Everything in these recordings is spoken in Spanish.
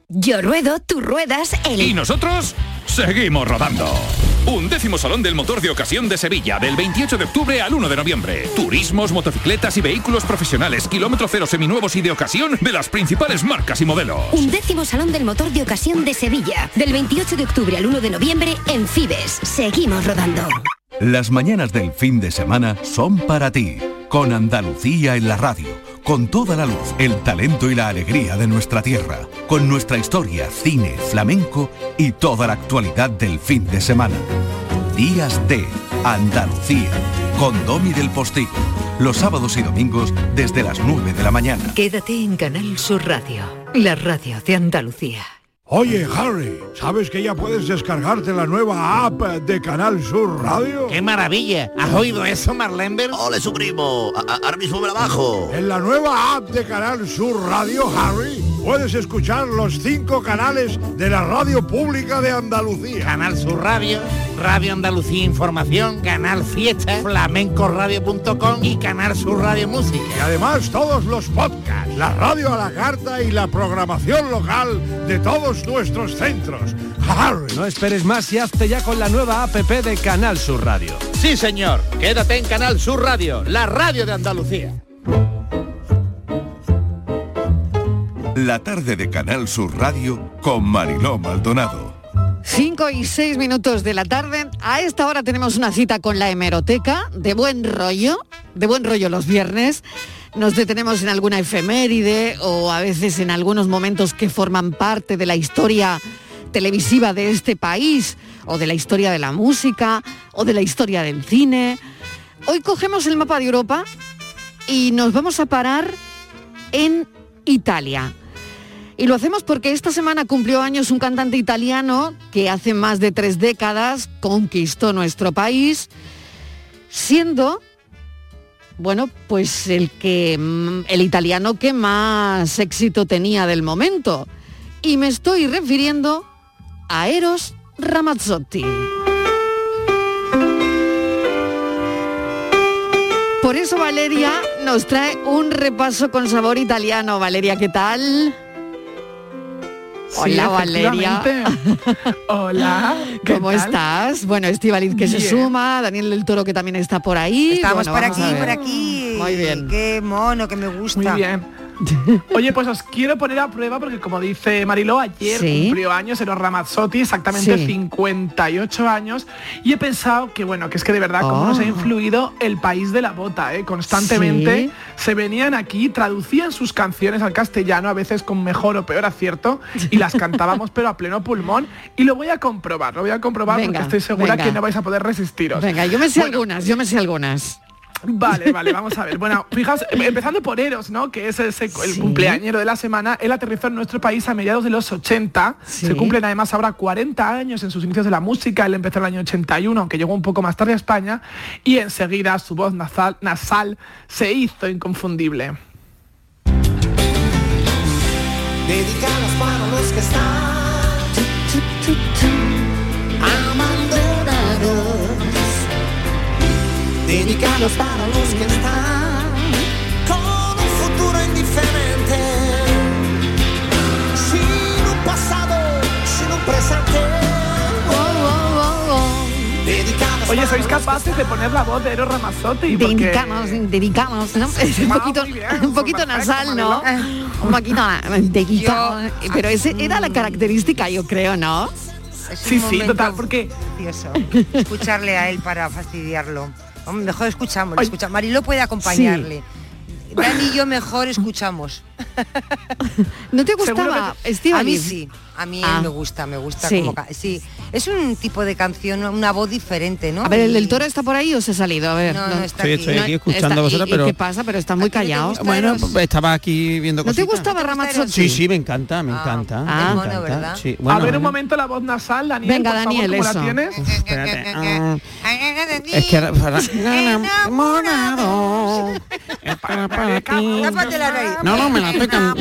Yo ruedo, tú ruedas, Y nosotros seguimos rodando. 11º Salón del Motor de Ocasión de Sevilla, del 28 de octubre al 1 de noviembre. Turismos, motocicletas y vehículos profesionales, kilómetro cero seminuevos y de ocasión de las principales marcas y modelos. 11º Salón del Motor de Ocasión de Sevilla, del 28 de octubre al 1 de noviembre en Fibes. Seguimos rodando. Las mañanas del fin de semana son para ti, con Andalucía en la radio, con toda la luz, el talento y la alegría de nuestra tierra, con nuestra historia, cine, flamenco y toda la actualidad del fin de semana. Días de Andalucía, con Domi del Postigo, los sábados y domingos desde las 9 de la mañana. Quédate en Canal Sur Radio, la radio de Andalucía. Oye, Harry, ¿sabes que ya puedes descargarte la nueva app de Canal Sur Radio? ¡Qué maravilla! ¿Has oído eso, Marlenber? ¡Ole, su primo! Ahora mismo me la bajo. En la nueva app de Canal Sur Radio, Harry, puedes escuchar los 5 canales de la radio pública de Andalucía. Canal Sur Radio, Radio Andalucía Información, Canal Fiesta, flamencoradio.com y Canal Sur Radio Música. Y además todos los podcasts, la radio a la carta y la programación local de todos nuestros centros. Harry. No esperes más y hazte ya con la nueva app de Canal Sur Radio. Sí, señor. Quédate en Canal Sur Radio, la radio de Andalucía. La tarde de Canal Sur Radio con Mariló Maldonado. 5 y 6 minutos de la tarde. A esta hora tenemos una cita con la hemeroteca, de buen rollo los viernes. Nos detenemos en alguna efeméride o a veces en algunos momentos que forman parte de la historia televisiva de este país, o de la historia de la música, o de la historia del cine. Hoy cogemos el mapa de Europa y nos vamos a parar en Italia. Y lo hacemos porque esta semana cumplió años un cantante italiano que hace más de 3 décadas conquistó nuestro país, siendo, bueno, pues el italiano que más éxito tenía del momento. Y me estoy refiriendo a Eros Ramazzotti. Por eso Valeria nos trae un repaso con sabor italiano. Valeria, ¿qué tal? Hola, Sí, Valeria. Hola. ¿Cómo estás? Bueno, Estíbaliz que se suma, Daniel del Toro que también está por ahí. Estamos Bueno, por aquí. Muy bien. Qué mono, que me gusta. Muy bien. Oye, pues os quiero poner a prueba porque como dice Mariló, ayer cumplió años Eros Ramazzotti, exactamente 58 años, y he pensado que bueno, que es que de verdad cómo nos ha influido el país de la bota, constantemente se venían aquí, traducían sus canciones al castellano, a veces con mejor o peor acierto, y las cantábamos pero a pleno pulmón, y lo voy a comprobar Venga, porque estoy segura venga. que no vais a poder resistiros. Venga, yo me sé algunas. Vale, vamos a ver. Bueno, fijaos, empezando por Eros, ¿no? Que es el cumpleañero de la semana. Él aterrizó en nuestro país a mediados de los 80. Se cumplen además ahora 40 años en sus inicios de la música. Él empezó en el año 81, aunque llegó un poco más tarde a España. Y enseguida su voz nasal se hizo inconfundible. Dedicados para los que están abandonados. Dedicados para los que están con un futuro indiferente, sin un pasado, sin un presente. Oye, ¿sois capaces de poner la voz de Eros Ramazzotti? Dedicamos, ¿no? Es un poquito nasal, ¿no? Un poquito dedicado. Pero ese era la característica, yo creo, ¿no? Sí, total, porque... Escucharle a él para fastidiarlo. Hombre, mejor escuchamos. Mariló puede acompañarle. Dani y yo mejor escuchamos. ¿No te gustaba, Estíbaliz? A mí sí. A mí me gusta sí. como sí. Es un tipo de canción, una voz diferente, ¿no? A ver, ¿el del Toro está por ahí o se ha salido? A ver. No está sí, aquí. estoy aquí escuchando a vosotros, pero... ¿Qué pasa? Pero está muy callado. Bueno, estaba aquí viendo ¿No cositas. te gustaba Ramazzotti? Sí, me encanta. me mono, encanta. ¿verdad? Sí, a ver un momento la voz nasal, Daniel. Venga, por Daniel, favor, ¿cómo eso. la tienes? Espérate. Es que enamorado. Es para ti. Tápate la nariz. No me la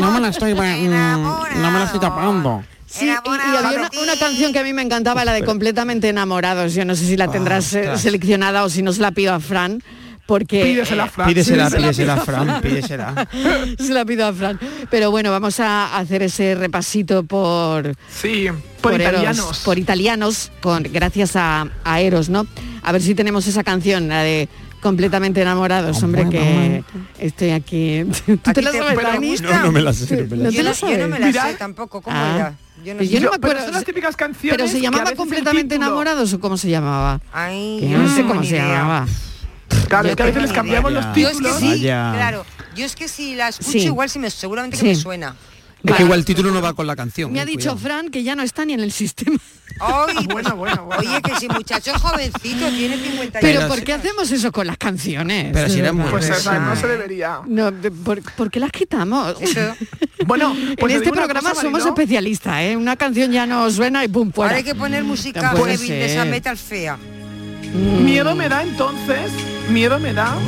estoy tapando. Sí, y había una canción que a mí me encantaba, la de Completamente Enamorados. Yo no sé si la tendrás seleccionada o si no se la pido a Fran, porque pídesela a Fran. Pídesela, Fran, pídesela. Se la pido a Fran. Pero bueno, vamos a hacer ese repasito por italianos. Eros, por italianos, gracias a Eros, ¿no? A ver si tenemos esa canción, la de Completamente enamorados, hombre, que estoy aquí. ¿Tú te la sabes, Dani? No me la sé. ¿No te la sabes? Yo no me la sé tampoco, ¿cómo era? Yo no me acuerdo. Pero son las típicas canciones. ¿Pero se llamaba Completamente enamorados o cómo se llamaba? Ay, que no sé cómo se llamaba. Claro, es que a veces les cambiamos los títulos. Yo es que sí, claro. Yo es que si la escucho igual seguramente que me suena. Es que igual el título no va con la canción. Me ha dicho Fran que ya no está ni en el sistema. Ay, bueno. Oye, que si muchacho jovencito tiene 50 años. Pero ¿por qué hacemos eso con las canciones? Pero si eres muy pues no se debería. No, ¿por qué las quitamos? Bueno, pues en este programa somos especialistas, ¿eh? Una canción ya no suena y pum, fuera. Ahora hay que poner música heavy de esa metal fea. Miedo me da entonces. Miedo me da.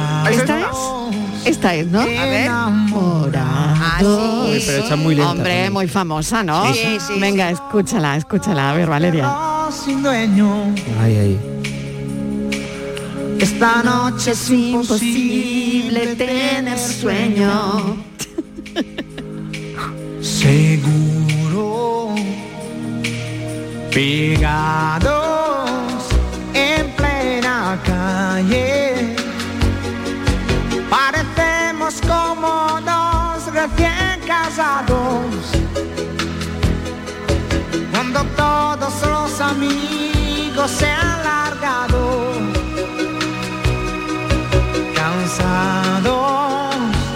Esta es, ¿no? A ver. Sí. Pero está muy lenta. Hombre, también. muy famosa, ¿no? Sí. Venga, escúchala. A ver, Valeria. Sin dueño. Ay. Esta noche es imposible tener sueño. Seguro. Pegados en plena calle. Parecemos como dos recién casados. Cuando todos los amigos se han largado, cansados,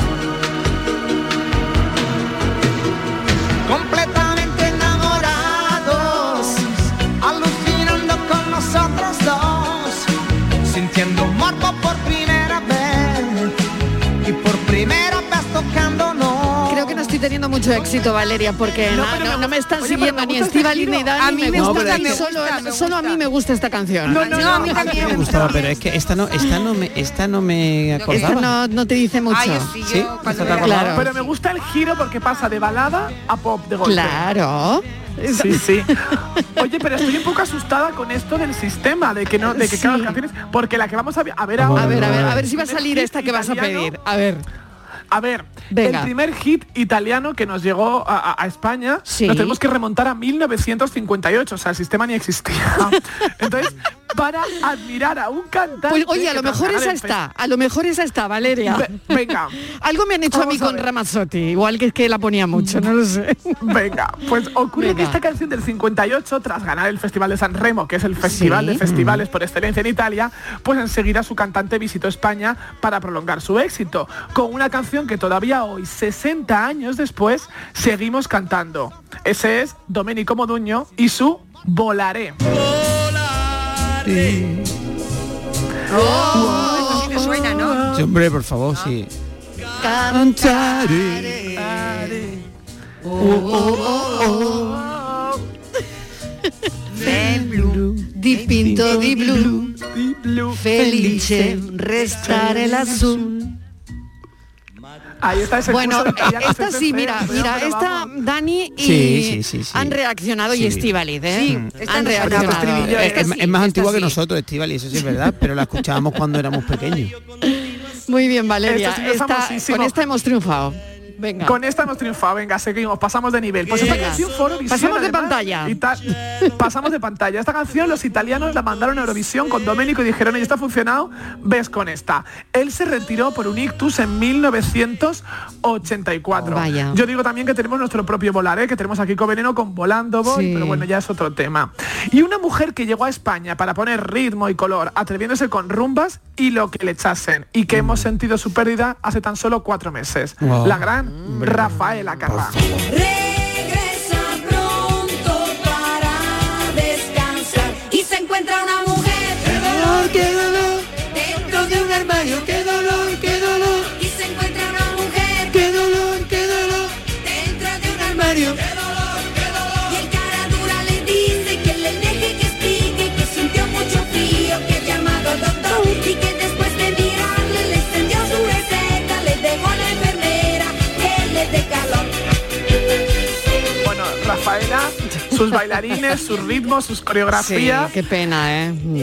completamente enamorados, alucinando con nosotros dos, sintiendo morbo por primera vez y por primera vez tocándonos. Creo que no estoy teniendo mucho éxito, Valeria, porque no me están siguiendo ni Estíbaliz ni Dani. A mí me gusta, solo a mí me gusta esta canción. No, a mí también Me gustaba, pero es que esta no me acordaba. Esta no te dice mucho. ¿Sí? Claro. Pero me gusta el giro porque pasa de balada a pop de golpe. Claro. Sí. Oye, pero estoy un poco asustada con esto del sistema, de que cada canciones, porque la que vamos a ver ahora. A ver si va a salir esta que vas a pedir. A ver, venga. El primer hit italiano que nos llegó a España, nos tenemos que remontar a 1958, o sea, el sistema ni existía. Entonces, para admirar a un cantante... Pues oye, a lo mejor esa está, Valeria. Venga. Algo me han hecho a mí con Ramazzotti, igual que es que la ponía mucho, no lo sé. Venga, pues ocurre que esta canción del 58, tras ganar el Festival de San Remo, que es el festival de festivales por excelencia en Italia, pues enseguida su cantante visitó España para prolongar su éxito, con una canción que todavía hoy, 60 años después, seguimos cantando. Ese es Domenico Modugno y su Volaré. Esto sí me suena, ¿no? Sí, hombre, por favor, sí. Cantaré. Dipinto di blu, felice restare lassù. Ahí está ese bueno, esta sí, mira, esta Dani y han reaccionado y Estíbaliz, ¿eh? Sí, han reaccionado. Es más antigua que nosotros, Estíbaliz, eso sí es verdad, pero la escuchábamos cuando éramos pequeños. Muy bien, Valeria. Con esta hemos triunfado. Venga. Con esta hemos triunfado, venga, seguimos, pasamos de nivel. Pues esta canción fue Eurovisión, pasamos de además, pantalla. Pasamos de pantalla. Esta canción los italianos la mandaron a Eurovisión con Domenico y dijeron, y esto ha funcionado, ves con esta. Él se retiró por un ictus en 1984. Vaya. Yo digo también que tenemos nuestro propio Volaré, que tenemos aquí Veneno con Volando Voy, pero bueno, ya es otro tema. Y una mujer que llegó a España para poner ritmo y color, atreviéndose con rumbas y lo que le echasen, y que hemos sentido su pérdida hace tan solo 4 meses. Wow. La gran Rafaela Carrà. Regresa pronto para descansar y se encuentra una mujer. Qué dolor, dentro de un armario, qué dolor, Y se encuentra una mujer. qué dolor, Dentro de un armario. Y el cara dura le dice que le deje que explique que sintió mucho frío, que ha llamado al doctor y que después de mirarle le extendió su receta, le dejó la enfermera que le dé calor. Bueno, Rafaela, sus bailarines, sus ritmos, sus coreografías. Sí, qué pena, ¿eh?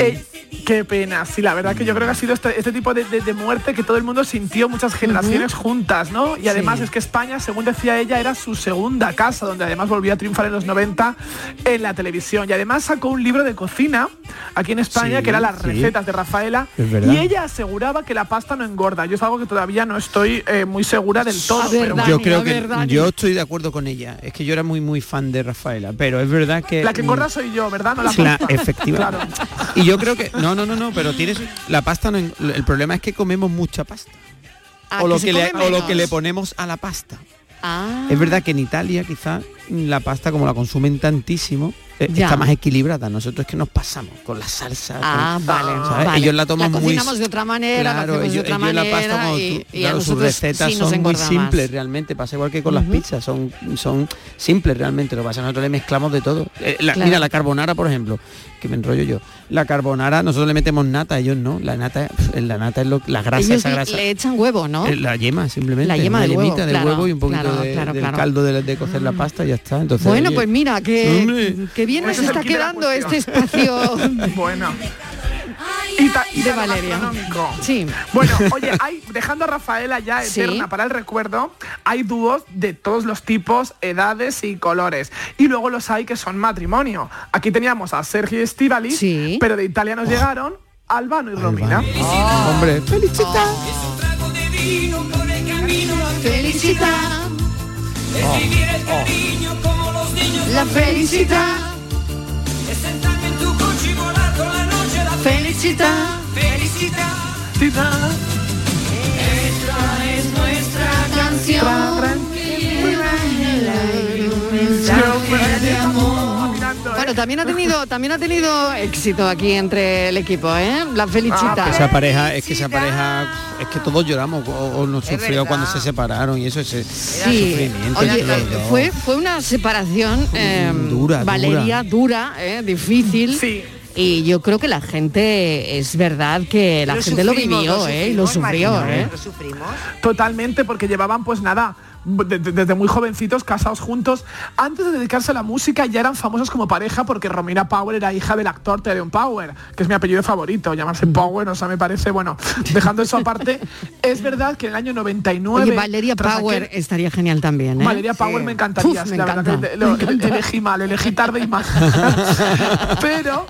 Qué pena, sí, la verdad que yo creo que ha sido este tipo de muerte que todo el mundo sintió muchas generaciones juntas, ¿no? Y además es que España, según decía ella, era su segunda casa, donde además volvió a triunfar en los 90 en la televisión. Y además sacó un libro de cocina aquí en España, que era Las recetas de Rafaela, y ella aseguraba que la pasta no engorda. Yo es algo que todavía no estoy muy segura del todo. Pero yo creo que yo estoy de acuerdo con ella. Es que yo era muy fan de Rafaela, pero es verdad que... La que engorda soy yo, ¿verdad? No la pasta. Efectivamente. Claro. Y yo creo que... No, pero tienes... La pasta, el problema es que comemos mucha pasta. O lo que le ponemos a la pasta. Es verdad que en Italia quizás la pasta, como la consumen tantísimo, está más equilibrada. Nosotros es que nos pasamos con la salsa. Vale. Ellos la toman muy... de otra manera, claro, ellos la pasta y sus recetas son muy simples realmente. Pasa igual que con las pizzas, son simples realmente. Lo que pasa es que nosotros le mezclamos de todo. Mira, la carbonara, por ejemplo, que me enrollo yo. La carbonara, nosotros le metemos nata, ellos no. La nata es la grasa, ellos esa grasa. Le echan huevo, ¿no? La yema, simplemente. La yema del huevo, del huevo y un poquito del caldo de cocer la pasta y ya está. Entonces, bueno, pues mira, que bien nos está quedando este espacio. Bueno. Y de Valeria. Sí. Bueno, oye, dejando a Rafaela ya eterna para el recuerdo, hay dúos de todos los tipos, edades y colores. Y luego los hay que son matrimonio. Aquí teníamos a Sergio y Estíbaliz, pero de Italia nos llegaron Albano y Romina. Hombre, felicita. Felicita. La felicita. Felicita. Esta es nuestra canción. Bueno, también ha tenido éxito aquí entre el equipo, ¿eh? La felicita. Esa pareja es que todos lloramos o nos sufrió cuando se separaron y eso es sufrimiento. Oye, fue una separación dura, Valeria, dura, difícil. Sí. Y yo creo que la gente, es verdad que la gente lo vivió, y lo sufrió, Lo sufrimos. Totalmente, porque llevaban pues nada, desde muy jovencitos, casados juntos. Antes de dedicarse a la música ya eran famosos como pareja, porque Romina Power era hija del actor Theodore Power, que es mi apellido favorito, llamarse Power, o sea, me parece, bueno, dejando eso aparte, es verdad que en el año 99... Oye, Valeria Power estaría genial también, ¿eh? Valeria Power me encantaría, me encanta. Verdad que elegí mal, elegí tarde y mal. Pero...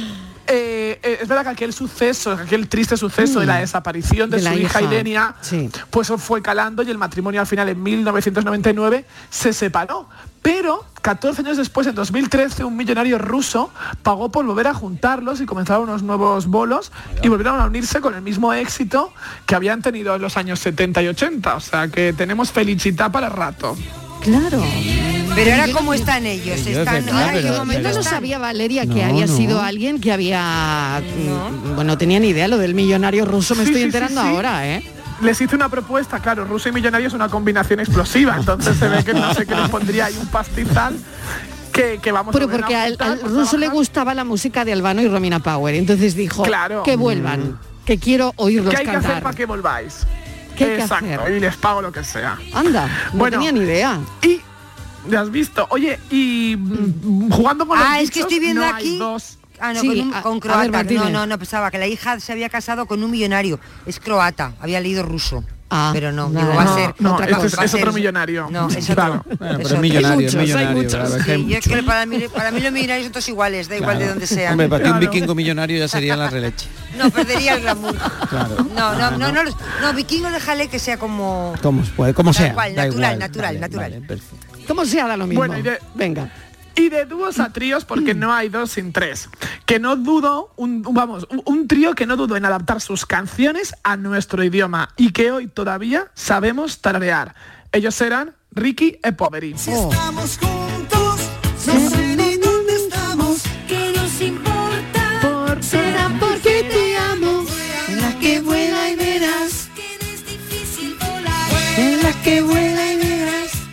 es verdad que aquel triste suceso de la desaparición de su hija Ilenia, pues fue calando y el matrimonio al final en 1999 se separó. Pero 14 años después, en 2013, un millonario ruso pagó por volver a juntarlos y comenzaron unos nuevos bolos y volvieron a unirse con el mismo éxito que habían tenido en los años 70 y 80. O sea que tenemos felicità para rato. Claro. Pero ahora cómo están ellos, no sabía Valeria que había sido alguien que había no tenía ni idea lo del millonario ruso, me estoy enterando ahora, ¿eh? Les hice una propuesta, claro, ruso y millonario es una combinación explosiva, entonces se ve que no sé qué les pondría ahí un pastizal que vamos pero porque al ruso le gustaba la música de Albano y Romina Power, entonces dijo que vuelvan, que quiero oírlos cantar. ¿Qué hay que hacer para que volváis? ¿Qué hacer? Y les pago lo que sea. Anda, no tenía ni idea. Y ¿ya has visto? Oye, y jugando con los es que estoy viendo aquí dos. Con croata. No, pensaba que la hija se había casado con un millonario. Es croata, había leído ruso. Pero no, digo, va a ser otra cosa. Es otro millonario. No, es otro. Bueno, pero es millonario, hay muchos. Yo es que para mí los millonarios son todos iguales, da igual de donde sean. Hombre, para ti un vikingo millonario ya sería la releche. No, perdería el glamour. No, vikingo déjale que sea como sea. Natural. Perfecto. Como sea, da lo mismo. Bueno, venga. Y de dúos a tríos, porque no hay dos sin tres. Que no dudo, un trío que no dudó en adaptar sus canciones a nuestro idioma y que hoy todavía sabemos tararear. Ellos eran Ricky e Poveri. Si estamos juntos, no sé ni dónde estamos, que nos importa, será porque te amo. En la que vuela y verás, que no es difícil volar. En la que vuela y verás.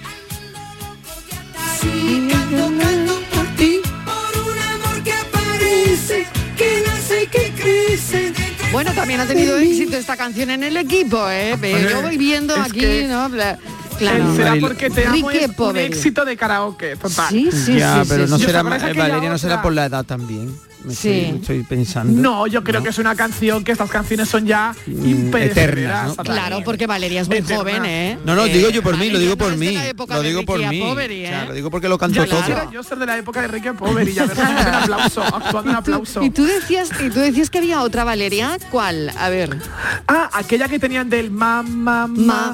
Canto por ti, por un amor que aparece, que nace y que crece. Bueno, también ha tenido éxito esta canción en el equipo, pero yo voy viendo aquí, ¿no? Claro. Será porque te amo es un éxito de karaoke, total. Sí, pero no será, Valeria no será por la edad también. estoy pensando. No, yo creo que es una canción que estas canciones son ya eternas, ¿no? Claro, porque Valeria es muy joven, ¿eh? No, digo yo por mí, lo digo por mí. Lo digo por mí. Poveri, ¿eh? Lo digo porque lo canto todo. Yo soy de la época de Enrique Poveri, ya ver, un aplauso, actuando un aplauso. Y tú decías que había otra Valeria, ¿cuál? A ver. Aquella que tenían del Mamá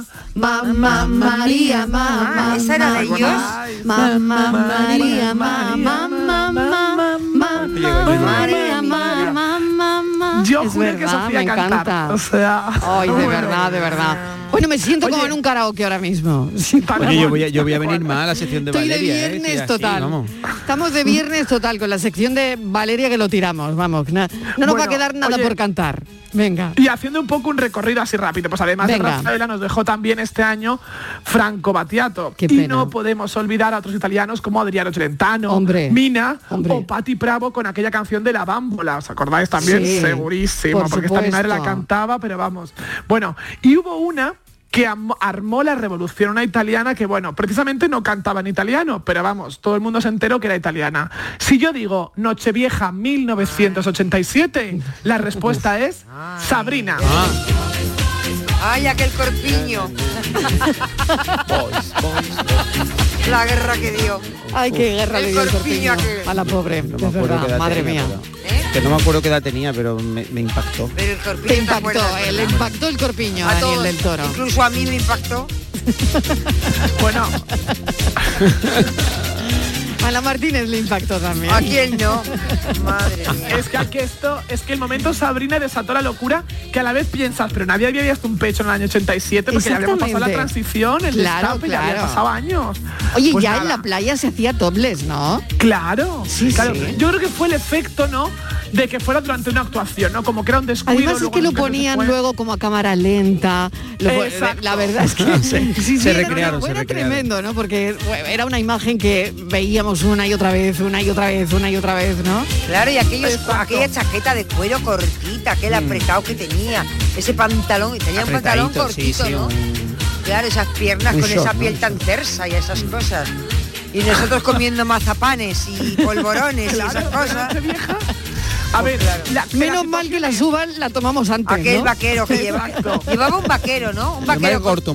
María, mamá. ¿Esa era de ellos? Mamá María, mamá, María, mamá. Yo juro que Sofía me encanta. O sea, ay, de verdad. Bueno, me siento como en un karaoke ahora mismo. Sí, oye, yo voy a venir más a la sección de Valeria. Estoy de viernes sí, total. Vamos. Estamos de viernes total con la sección de Valeria que lo tiramos, vamos. No nos va a quedar nada por cantar. Venga. Y haciendo un poco un recorrido así rápido, pues además de Rafaela nos dejó también este año Franco Battiato. Y no podemos olvidar a otros italianos como Adriano Celentano, Mina o Patti Bravo con aquella canción de La Bambola. ¿Os acordáis también? Sí, segurísimo, porque esta mi madre la cantaba, pero vamos. Bueno, y hubo una que armó la revolución, una italiana que, bueno, precisamente no cantaba en italiano, pero vamos, todo el mundo se enteró que era italiana. Si yo digo Nochevieja 1987, la respuesta es Sabrina. Ay, aquel corpiño. La guerra que dio. Ay, qué guerra le dio el corpiño a la pobre. No es verdad, madre mía. Que no me acuerdo qué edad tenía, pero me impactó. Pero el corpiño te impactó, le impactó el corpiño a Daniel del Toro. Incluso a mí me impactó. Bueno. A la Martínez le impactó también. ¿A quién no? Madre mía. Es que el momento Sabrina desató la locura que a la vez piensas, pero nadie había visto un pecho en el año 87 porque ya habíamos pasado la transición, el destape, ya había pasado años. Oye, pues ya nada. En la playa se hacía topless, ¿no? Claro, claro. Sí. Yo creo que fue el efecto, ¿no?, de que fuera durante una actuación, ¿no? Como que era un descuido. Además es que lo ponían luego como a cámara lenta. La verdad es que se recrearon. Era tremendo, ¿no? Porque era una imagen que veíamos una y otra vez, ¿no? Claro, y aquella chaqueta de cuero cortita, aquel apretado que tenía, ese pantalón, tenía un pantalón cortito, ¿no? Claro, esas piernas con esa piel tan tersa y esas cosas. Y nosotros comiendo mazapanes y polvorones y esas cosas. A ver, menos mal que la suban la tomamos antes. Aquel vaquero que llevaba un vaquero, ¿no? Un vaquero cortito.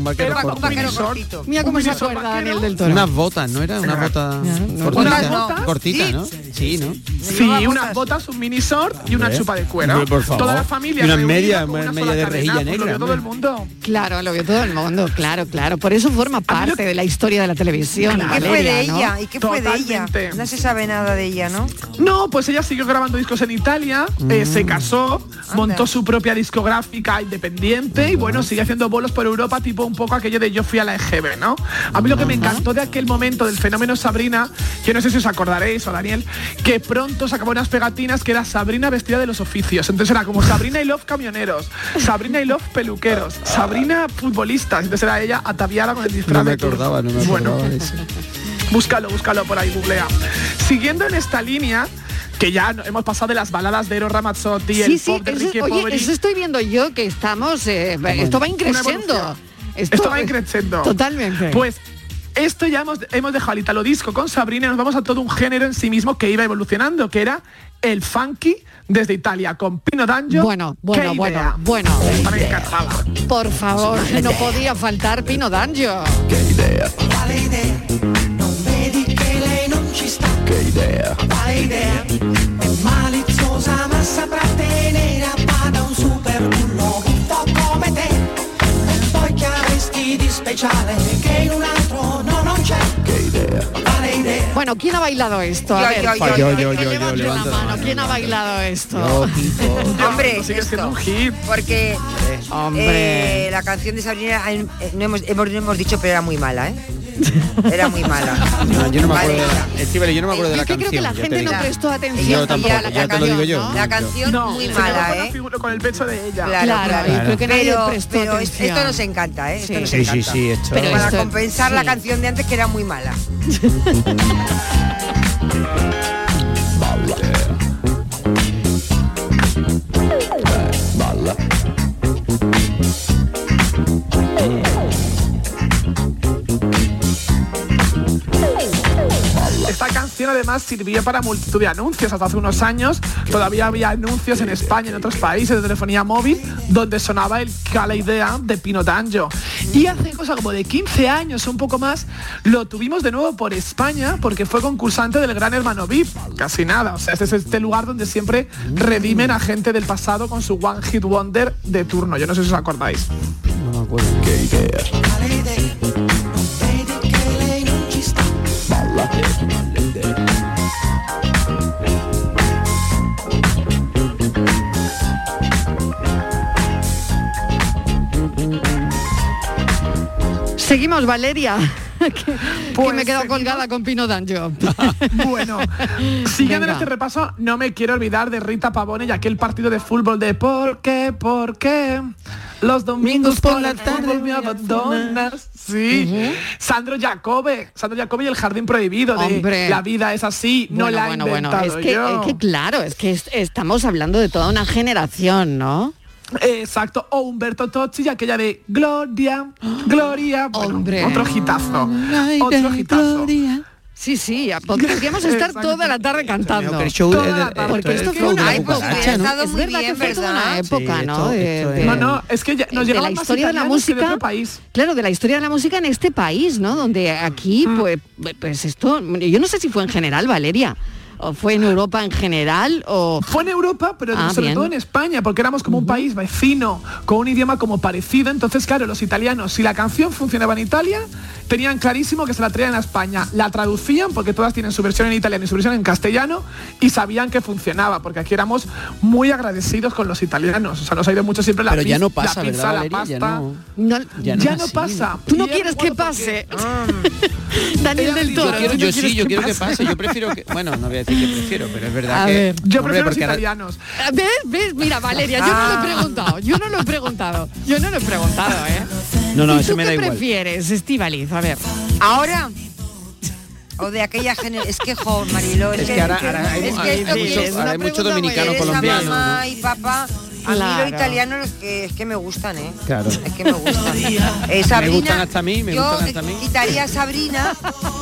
Mira cómo se acuerda Daniel del Toro. Unas botas, ¿no era? Una bota cortita, ¿no? Sí, ¿no? Sí, unas botas, un mini short y una chupa de cuero. Por favor. Toda la familia. Y unas medias de rejilla negra. Lo vio todo el mundo. Claro, lo vio todo el mundo, claro. Por eso forma parte de la historia de la televisión. ¿Y qué fue de ella? ¿Y qué fue de ella? No se sabe nada de ella, ¿no? No, pues ella siguió grabando discos en Italia, se casó, montó su propia discográfica independiente y bueno, sigue haciendo bolos por Europa, tipo un poco aquello de Yo fui a la EGB, ¿no? A mí lo que me encantó de aquel momento del fenómeno Sabrina, que no sé si os acordaréis, o Daniel, que pronto sacaba unas pegatinas que era Sabrina vestida de los oficios. Entonces era como Sabrina y Love camioneros, Sabrina y Love peluqueros, Sabrina futbolistas. Entonces era ella ataviada con el disfraz. No me acordaba de eso. Búscalo por ahí, googlea. Siguiendo en esta línea, que ya hemos pasado de las baladas de Eros Ramazzotti, el pop de Enrique Poveri. Oye, eso estoy viendo yo, que estamos... esto va increciendo. Esto va increciendo. Totalmente. Pues esto ya hemos dejado el italo disco con Sabrina y nos vamos a todo un género en sí mismo que iba evolucionando, que era el funky desde Italia, con Pino D'Angio. Bueno. Me encantaba. Por favor, no podía faltar Pino D'Angio. Che idea. Quale idea? Non vedi che lei non ci sta? Che idea. Quale idea? È maliziosa ma saprà tenere a bada un super bullo un po' come te. E poi che avresti di speciale che in un altro non c'è. Che idea. Quale idea? Bueno, ¿quién ha bailado esto? A ver, yo, levante la mano. ¿Quién ha bailado esto? Hombre, sigue siendo un hit. Porque la canción de Sabrina no hemos dicho, pero era muy mala, ¿eh? Era muy mala. No, yo no me acuerdo Estíbaliz, yo no me acuerdo de la canción. Creo que la gente no prestó atención. Yo tampoco, ya te lo digo yo. La canción muy mala, ¿eh? Con el pecho de ella. Claro. Creo que nadie prestó pero atención. Esto nos encanta, ¿eh? Sí, esto. Pero para compensar la canción de antes, que era muy mala. esta canción además sirvió para multitud de anuncios. Hasta hace unos años todavía había anuncios en España y en otros países de telefonía móvil donde sonaba el Cala Idea de Pino D'Angio. Y hace cosa como de 15 años o un poco más lo tuvimos de nuevo por España porque fue concursante del Gran Hermano VIP. Casi nada, o sea, este es este lugar donde siempre redimen a gente del pasado con su One Hit Wonder de turno. Yo no sé si os acordáis. No me acuerdo. Qué idea. Seguimos, Valeria. que me he quedado colgada con Pino D'Angio. Bueno, siguiendo en este repaso, no me quiero olvidar de Rita Pavone y aquel partido de fútbol de ¿por qué? Los domingos por la tarde me abandonas. Sí. Sandro Jacobe y el Jardín Prohibido de Hombre. La vida es así, no la he inventado es que, yo. Es que claro, es que estamos hablando de toda una generación, ¿no? Exacto, o Humberto Tocci y aquella de Gloria, bueno, Hombre. otro hitazo. Sí, podríamos estar toda la tarde cantando. Porque esto fue una época, es verdad que fue toda una época, ¿no? No, es que nos de la historia de la música, de otro país. Claro, de la historia de la música en este país, ¿no? Donde aquí, pues esto, yo no sé si fue en general, Valeria. ¿O fue en Europa en general? O... Fue en Europa, pero sobre todo en España, porque éramos como un país vecino, con un idioma como parecido. Entonces, claro, los italianos, si la canción funcionaba en Italia, tenían clarísimo que se la traían a España. La traducían, porque todas tienen su versión en italiano y su versión en castellano, y sabían que funcionaba, porque aquí éramos muy agradecidos con los italianos. O sea, nos ha ido mucho siempre la pizza, ya no pasa, la pizza, ¿verdad, la pasta. Ya no pasa. Tú no quieres que pase. Daniel del Toro. Yo quiero que pase. Yo prefiero que... Bueno, no voy a decir que prefiero, pero es verdad que... Yo prefiero los italianos. ¿Ves? Mira, Valeria, yo no lo he preguntado, ¿eh? No, ¿Y eso tú me da qué igual. prefieres, Estíbaliz? A ver. ¿Ahora? O de aquella generación. Es que, Mariló, es que ahora hay mucho dominicano colombiano. Mamá y papá. A mí Claro. los italianos es que me gustan, ¿eh? Claro. Es que me gustan. Sabrina, me gustan hasta a mí, yo quitaría a Sabrina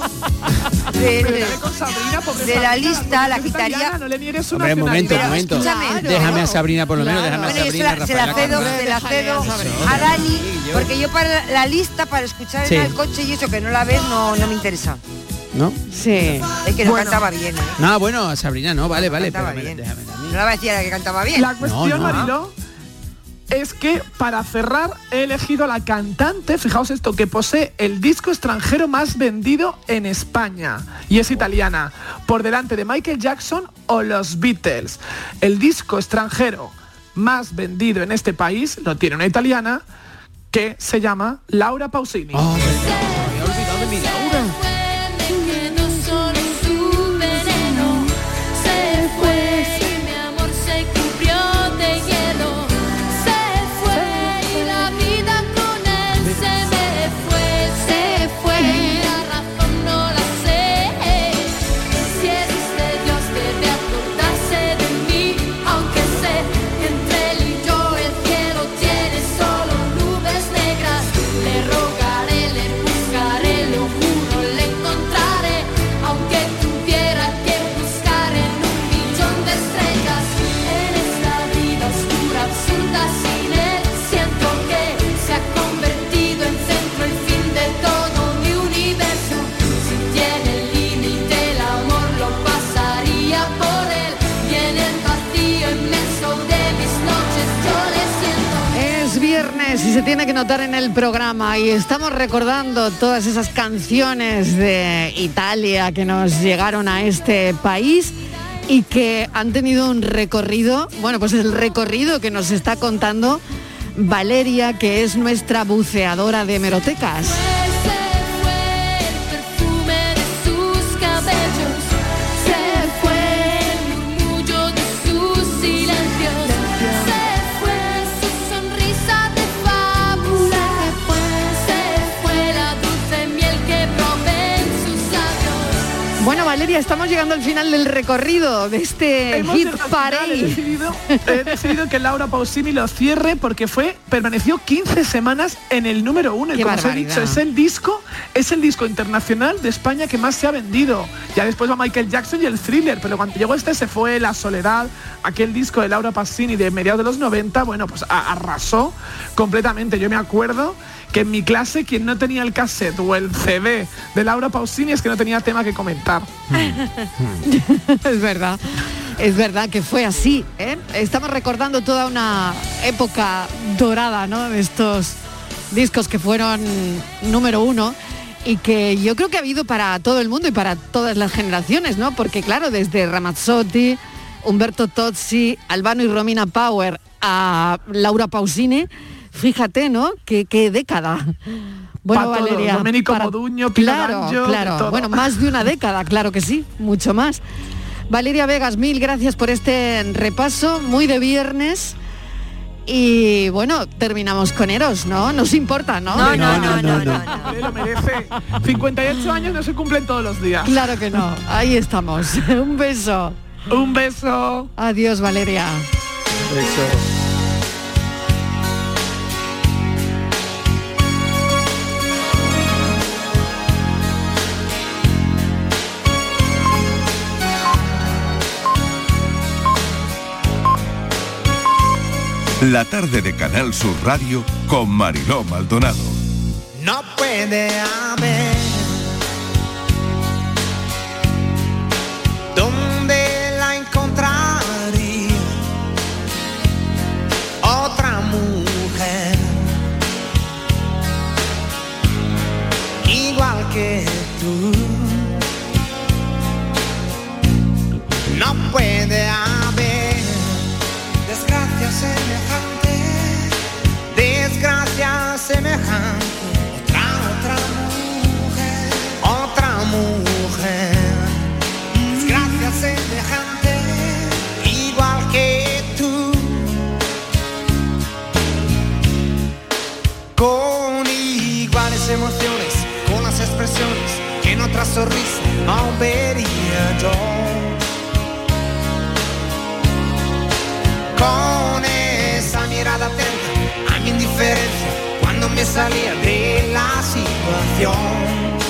de la lista, la quitaría. Hombre, un momento. Déjame a Sabrina por lo menos, déjame a Sabrina. Se la cedo a Dani, porque yo para la lista, para escuchar en el coche y eso que no la ves, no me interesa. ¿No? Sí. Es que no cantaba bien, ¿eh? No, bueno, Sabrina no, vale, pero Déjame a mí. No la va a decir a la que cantaba bien. La cuestión, Mariló, es que para cerrar he elegido a la cantante, fijaos esto, que posee el disco extranjero más vendido en España, y es italiana, por delante de Michael Jackson o los Beatles. El disco extranjero más vendido en este país lo tiene una italiana que se llama Laura Pausini. Me había olvidado de mi Laura. Y se tiene que notar en el programa y estamos recordando todas esas canciones de Italia que nos llegaron a este país y que han tenido un recorrido, bueno, pues el recorrido que nos está contando Valeria, que es nuestra buceadora de hemerotecas. Bueno, Valeria, estamos llegando al final del recorrido de este Hit Parade. He decidido que Laura Pausini lo cierre porque permaneció 15 semanas en el número 1. Y como os he dicho, es el disco internacional de España que más se ha vendido. Ya después va Michael Jackson y el Thriller, pero cuando llegó se fue La Soledad, aquel disco de Laura Pausini de mediados de los 90, bueno, pues arrasó completamente. Yo me acuerdo que en mi clase quien no tenía el cassette o el CD de Laura Pausini es que no tenía tema que comentar. Es verdad que fue así, ¿eh? Estamos recordando toda una época dorada, ¿no? De estos discos que fueron número 1 y que yo creo que ha habido para todo el mundo y para todas las generaciones, ¿no? Porque claro, desde Ramazzotti, Umberto Tozzi, Albano y Romina Power a Laura Pausini, fíjate, ¿no? Qué década. Bueno, Valeria, Domenico Modugno, Pino D'Angio, claro. Bueno, más de una década, claro que sí, mucho más. Valeria Vegas, mil gracias por este repaso, muy de viernes. Y bueno, terminamos con Eros, ¿no? Nos importa, ¿no? No. Lo merece. 58 años no se cumplen todos los días. Claro que no. Ahí estamos. Un beso. Un beso. Adiós, Valeria. Beso. La tarde de Canal Sur Radio con Mariló Maldonado. No puede haber donde la encontraría otra mujer igual que tú. No puede haber desgracia semejante, otra mujer, desgracia semejante, igual que tú, con iguales emociones, con las expresiones que en otra sonrisa no vería yo, con esa mirada atenta a mi indiferencia cuando me salía de la situación,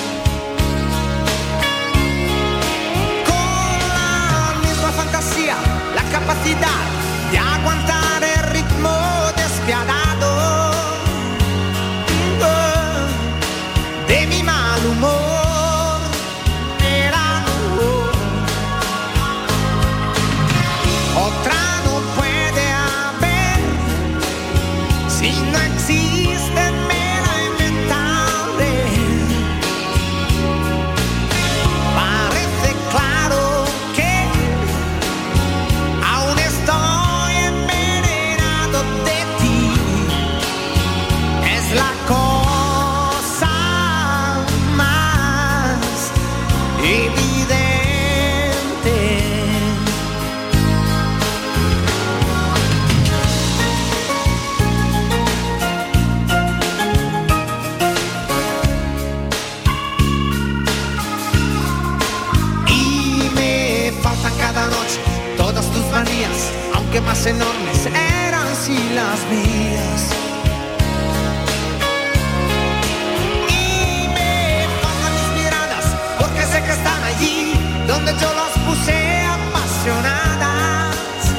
con la misma fantasía, la capacidad de aguantar el ritmo despiadado de mi mal humor. Era otra no puede haber si no existe. Que más enormes eran si las mías, y me faltan mis miradas porque sé que están allí donde yo las puse apasionadas,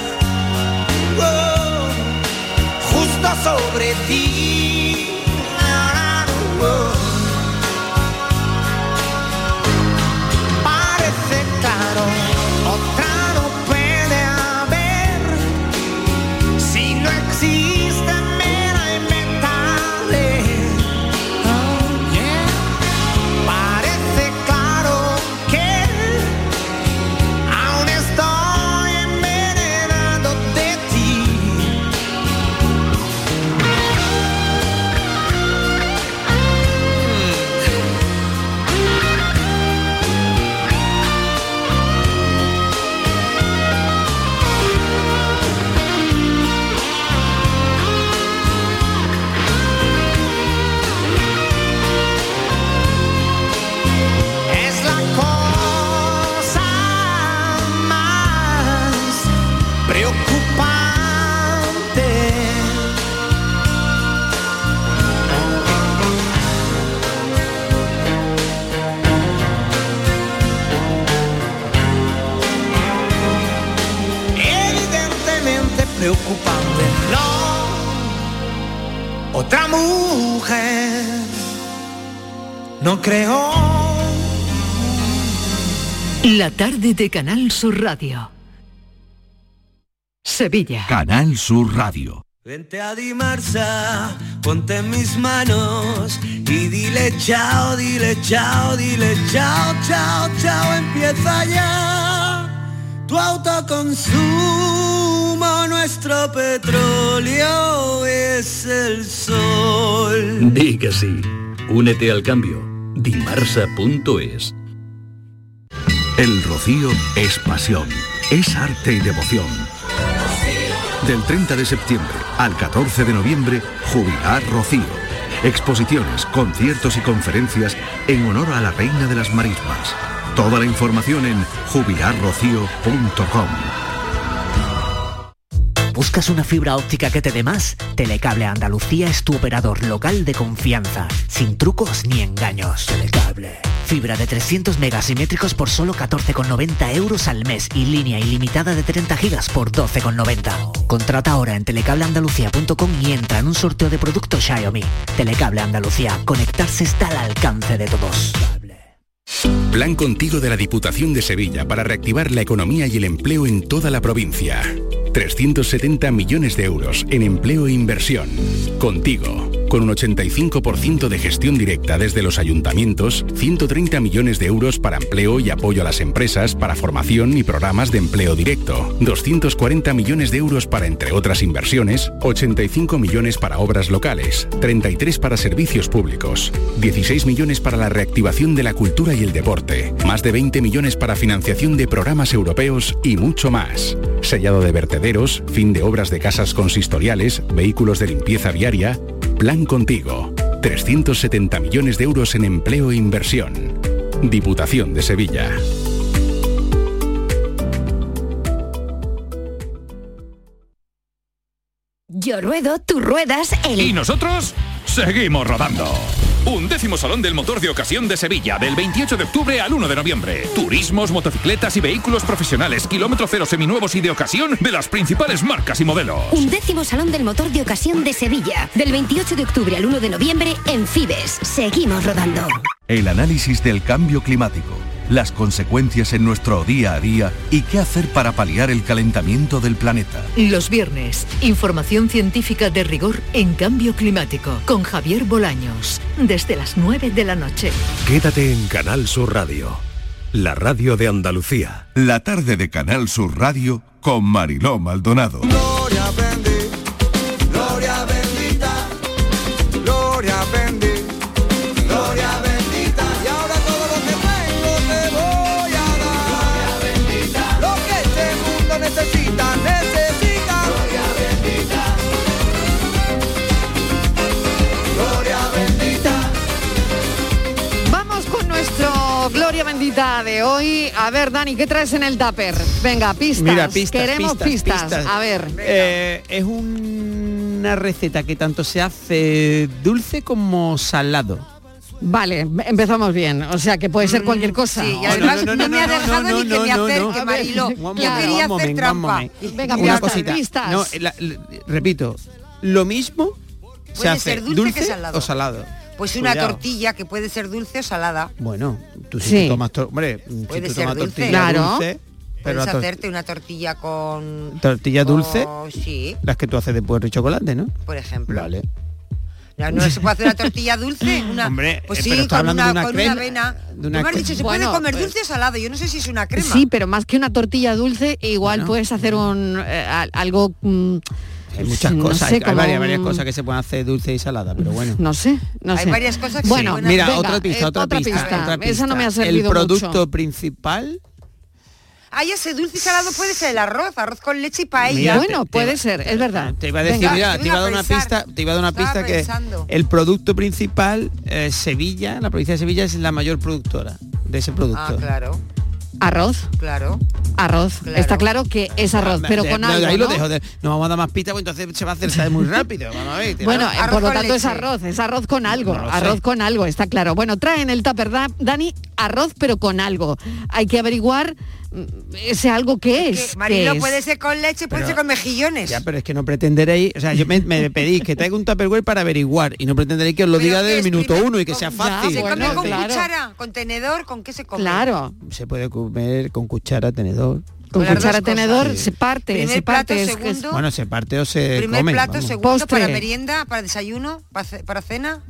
justo sobre ti. Parece claro, otra no creo. La tarde de Canal Sur Radio. Sevilla. Canal Sur Radio. Vente a Dimarsa, ponte en mis manos y dile chao, dile chao, dile chao, chao, chao, empieza ya tu autoconsumo, nuestro petróleo es el sol. Di que sí, únete al cambio, dimarsa.es. El Rocío es pasión, es arte y devoción. Del 30 de septiembre al 14 de noviembre, Jubilar Rocío. Exposiciones, conciertos y conferencias en honor a la Reina de las Marismas. Toda la información en jubilarrocío.com. ¿Buscas una fibra óptica que te dé más? Telecable Andalucía es tu operador local de confianza, sin trucos ni engaños. Telecable. Fibra de 300 megasimétricos por solo 14,90 euros al mes y línea ilimitada de 30 gigas por 12,90. Contrata ahora en telecableandalucía.com y entra en un sorteo de productos Xiaomi. Telecable Andalucía. Conectarse está al alcance de todos. Plan Contigo de la Diputación de Sevilla para reactivar la economía y el empleo en toda la provincia. 370 millones de euros en empleo e inversión. Contigo, con un 85% de gestión directa desde los ayuntamientos, 130 millones de euros para empleo y apoyo a las empresas, para formación y programas de empleo directo, 240 millones de euros para, entre otras inversiones, 85 millones para obras locales, 33 para servicios públicos, 16 millones para la reactivación de la cultura y el deporte, más de 20 millones para financiación de programas europeos y mucho más. Sellado de vertederos, fin de obras de casas consistoriales, vehículos de limpieza viaria. Plan Contigo. 370 millones de euros en empleo e inversión. Diputación de Sevilla. Yo ruedo, tú ruedas, Y nosotros seguimos rodando. 11º Salón del Motor de Ocasión de Sevilla, del 28 de octubre al 1 de noviembre. Turismos, motocicletas y vehículos profesionales, kilómetro cero seminuevos y de ocasión de las principales marcas y modelos. 11º Salón del Motor de Ocasión de Sevilla, del 28 de octubre al 1 de noviembre en Fibes. Seguimos rodando. El análisis del cambio climático, las consecuencias en nuestro día a día y qué hacer para paliar el calentamiento del planeta. Los viernes, información científica de rigor en cambio climático con Javier Bolaños, desde las 9 de la noche. Quédate en Canal Sur Radio, la radio de Andalucía. La tarde de Canal Sur Radio con Mariló Maldonado. Gloria bendita, gloria bendita, gloria bendita, gloria bendita. Y ahora todo lo que tengo te voy a dar. Gloria bendita, lo que este mundo necesita, necesita. Gloria bendita, gloria bendita. Vamos con nuestro Gloria Bendita de hoy. A ver, Dani, ¿qué traes en el tupper? Venga, pistas. Mira, pistas. Queremos pistas. A ver. Es una receta que tanto se hace dulce como salado. Vale, empezamos bien. O sea, que puede ser cualquier cosa. Sí, y además no me ha dejado ni que me acerque, Marilo. Yo quería hacer trampa. Venga, una cosita. Pistas. No, repito, lo mismo se Puede hace ser dulce que salado. o salado. Pues una Cuidado. tortilla que puede ser dulce o salada. Bueno, tú si Sí. tú tomas, hombre, Puede si tú ser tomas dulce. tortilla Claro. dulce, pero Puedes la hacerte una tortilla con... tortilla dulce, Sí, las que tú haces de puerro y chocolate, ¿no? por ejemplo. Vale. No se puede hacer una tortilla dulce, una... Hombre, pues pero sí, está con hablando de una con crema, una avena. de una Tú me has cre- dicho, se Bueno, puede comer dulce o salado. Yo no sé si es una crema. Sí, pero más que una tortilla dulce, igual Bueno. puedes hacer algo... Hay muchas no cosas, sé, hay como varias cosas que se pueden hacer dulce y salada, pero bueno. No sé. Hay varias cosas que Bueno, se pueden Mira, hacer. venga, otra pista. otra pista. Esa no me ha El servido producto mucho. principal. Ah, ya sé, dulce y salado puede ser el arroz con leche y paella. Mira, Bueno, puede ser, es verdad. Te iba a decir, Venga. mira, te iba a dar una pista, Estaba que pensando. el producto principal, Sevilla, la provincia de Sevilla es la mayor productora de ese producto. Ah, claro, Arroz. claro. Arroz. Claro. Está claro que es arroz, pero con algo, ahí ¿no? lo dejo. No vamos a dar más pistas, pues entonces se va a hacer saber muy rápido. Vamos a ver. Bueno, Arroz por lo con tanto leche. es arroz con algo, No lo sé. arroz con algo, está claro. Bueno, trae en el tupper, Dani, arroz pero con algo. Hay que averiguar ese algo que es. Marilo, puede ser con leche, puede ser con mejillones. Ya, pero es que no pretenderéis, o sea, yo me pedís que traiga un Tupperware para averiguar y no pretenderéis que os lo diga desde el minuto 1 y que sea fácil. ¿Se come con cuchara, con tenedor? ¿Con qué se come? Claro. Se puede comer con cuchara, tenedor. Con cuchara, tenedor, se parte. Primer plato, segundo. Bueno, se parte o se primer come. Primer plato, vamos. segundo, Postre. para merienda, para desayuno, para cena.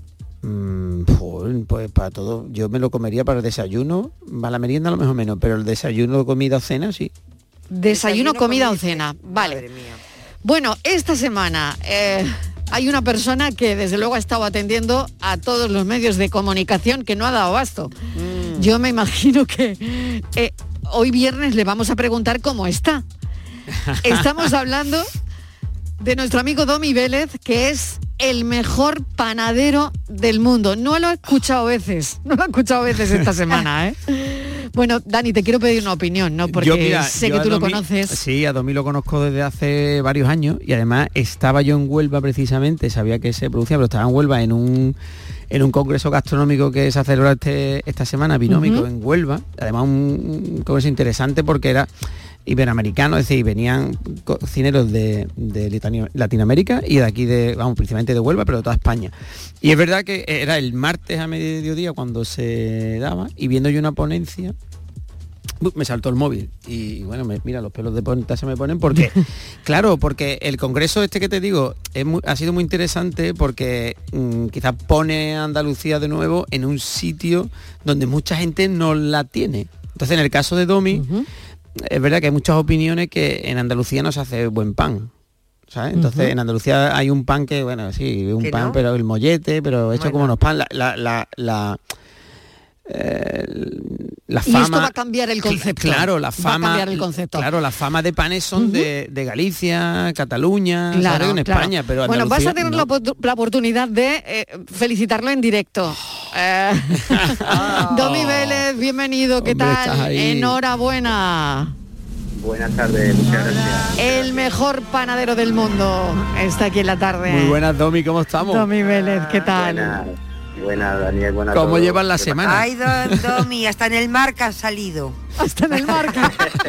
Pues para todo, yo me lo comería para el desayuno, para la merienda a lo mejor menos, pero el desayuno, comida o cena, sí. Desayuno, comida o cena, vale. Bueno, esta semana hay una persona que desde luego ha estado atendiendo a todos los medios de comunicación que no ha dado abasto. Yo me imagino que hoy viernes le vamos a preguntar cómo está. Estamos hablando de nuestro amigo Domi Vélez, que es el mejor panadero del mundo. No lo he escuchado veces esta semana, ¿eh? Bueno, Dani, te quiero pedir una opinión, ¿no? Porque sé que tú lo conoces. Sí, a Domi lo conozco desde hace varios años y además estaba yo en Huelva precisamente, sabía que se producía, pero estaba en Huelva en un congreso gastronómico que se celebra esta semana, binómico, en Huelva. Además un congreso interesante porque era iberoamericano, es decir, venían cocineros de Latinoamérica y de aquí, principalmente de Huelva, pero de toda España. Y es verdad que era el martes a mediodía cuando se daba, y viendo yo una ponencia, me saltó el móvil y bueno, mira, los pelos de punta se me ponen porque, claro, porque el congreso este que te digo ha sido muy interesante porque quizás pone a Andalucía de nuevo en un sitio donde mucha gente no la tiene. Entonces, en el caso de Domi, es verdad que hay muchas opiniones que en Andalucía no se hace buen pan, ¿sabes? Entonces en Andalucía hay un pan que, bueno, sí, un pan, no, pero el mollete, pero hecho como unos pan, la fama. Y esto va a cambiar el concepto. Claro, la fama. Va a cambiar el concepto. Claro, la fama de panes son de Galicia, Cataluña, claro, en España, pero Andalucía, bueno, vas a tener la oportunidad de felicitarlo en directo. Domi Vélez, bienvenido, ¿qué tal? Enhorabuena. Buenas tardes, muchas gracias. El mejor panadero del mundo está aquí en la tarde. Muy buenas, Domi, ¿cómo estamos? Domi Vélez, ¿qué tal? Buenas, Daniel, buenas. ¿Cómo llevan la semana? Ay, Domi, hasta en el Marca ha salido. Hasta en el Marca.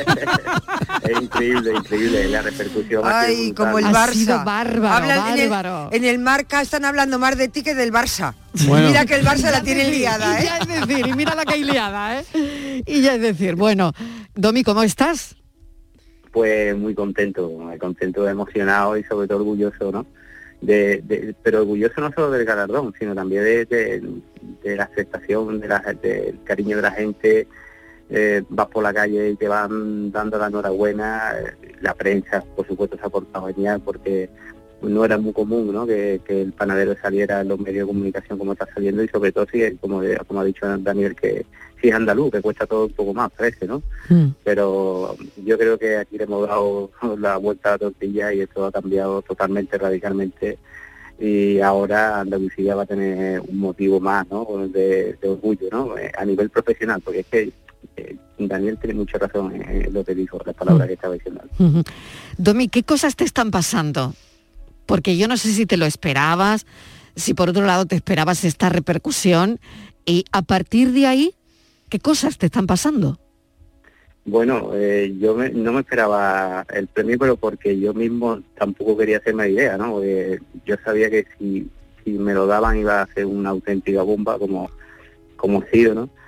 Es increíble la repercusión. Ay, como el Barça. Ha sido bárbaro. En el Marca están hablando más de ti que del Barça. Bueno. Mira que el Barça la tiene liada, ¿eh? Y ya es decir, y mira la que hay liada, ¿eh? Y ya es decir, bueno, Domi, ¿cómo estás? Pues muy contento, emocionado y sobre todo orgulloso, ¿no? Pero orgulloso no solo del galardón, sino también de la aceptación, del cariño de la gente. Vas por la calle y te van dando la enhorabuena. La prensa, por supuesto, se ha portado genial porque no era muy común, ¿no? que el panadero saliera en los medios de comunicación como está saliendo, y sobre todo si, como ha dicho Daniel, que si es andaluz, que cuesta todo un poco más, parece, ¿no? Pero yo creo que aquí le hemos dado la vuelta a la tortilla y esto ha cambiado totalmente, radicalmente, y ahora Andalucía va a tener un motivo más, ¿no? de orgullo, ¿no? A nivel profesional, porque es que Daniel tiene mucha razón en lo que dijo, las palabras que estaba diciendo. Domi, ¿qué cosas te están pasando? Porque yo no sé si te lo esperabas, si por otro lado te esperabas esta repercusión, y a partir de ahí, ¿qué cosas te están pasando? Bueno, no me esperaba el premio, pero porque yo mismo tampoco quería hacerme idea, ¿no? Yo sabía que si me lo daban iba a ser una auténtica bomba, como ha sido, ¿no?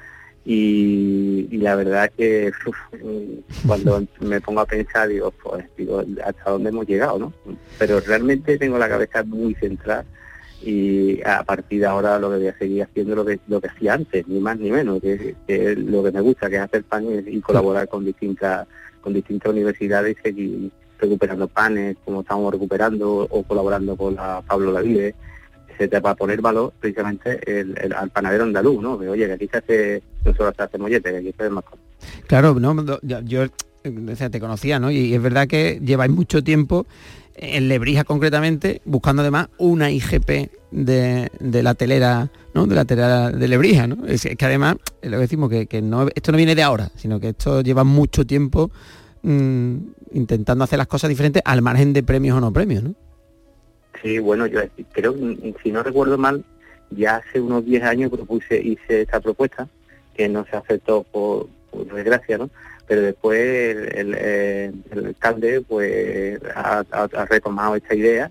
Y la verdad que cuando me pongo a pensar, digo, ¿hasta dónde hemos llegado, no? Pero realmente tengo la cabeza muy centrada, y a partir de ahora lo que voy a seguir haciendo lo que hacía antes, ni más ni menos, que es lo que me gusta, que es hacer panes y colaborar con distintas universidades y seguir recuperando panes como estamos recuperando, o colaborando con la Pablo Lavide, para poner valor precisamente al panadero andaluz, ¿no? Que oye, que aquí no solo se hace mollete, que aquí se hace más cosas. Claro, no, yo te conocía, ¿no? Y es verdad que lleváis mucho tiempo en Lebrija concretamente, buscando además una IGP de la telera, ¿no? De la telera de Lebrija, ¿no? Es que además, lo que decimos, que no, esto no viene de ahora, sino que esto lleva mucho tiempo intentando hacer las cosas diferentes al margen de premios o no premios, ¿no? Sí, bueno, yo creo, si no recuerdo mal, ya hace unos 10 años hice esta propuesta, que no se aceptó por desgracia, ¿no? Pero después el alcalde pues ha retomado esta idea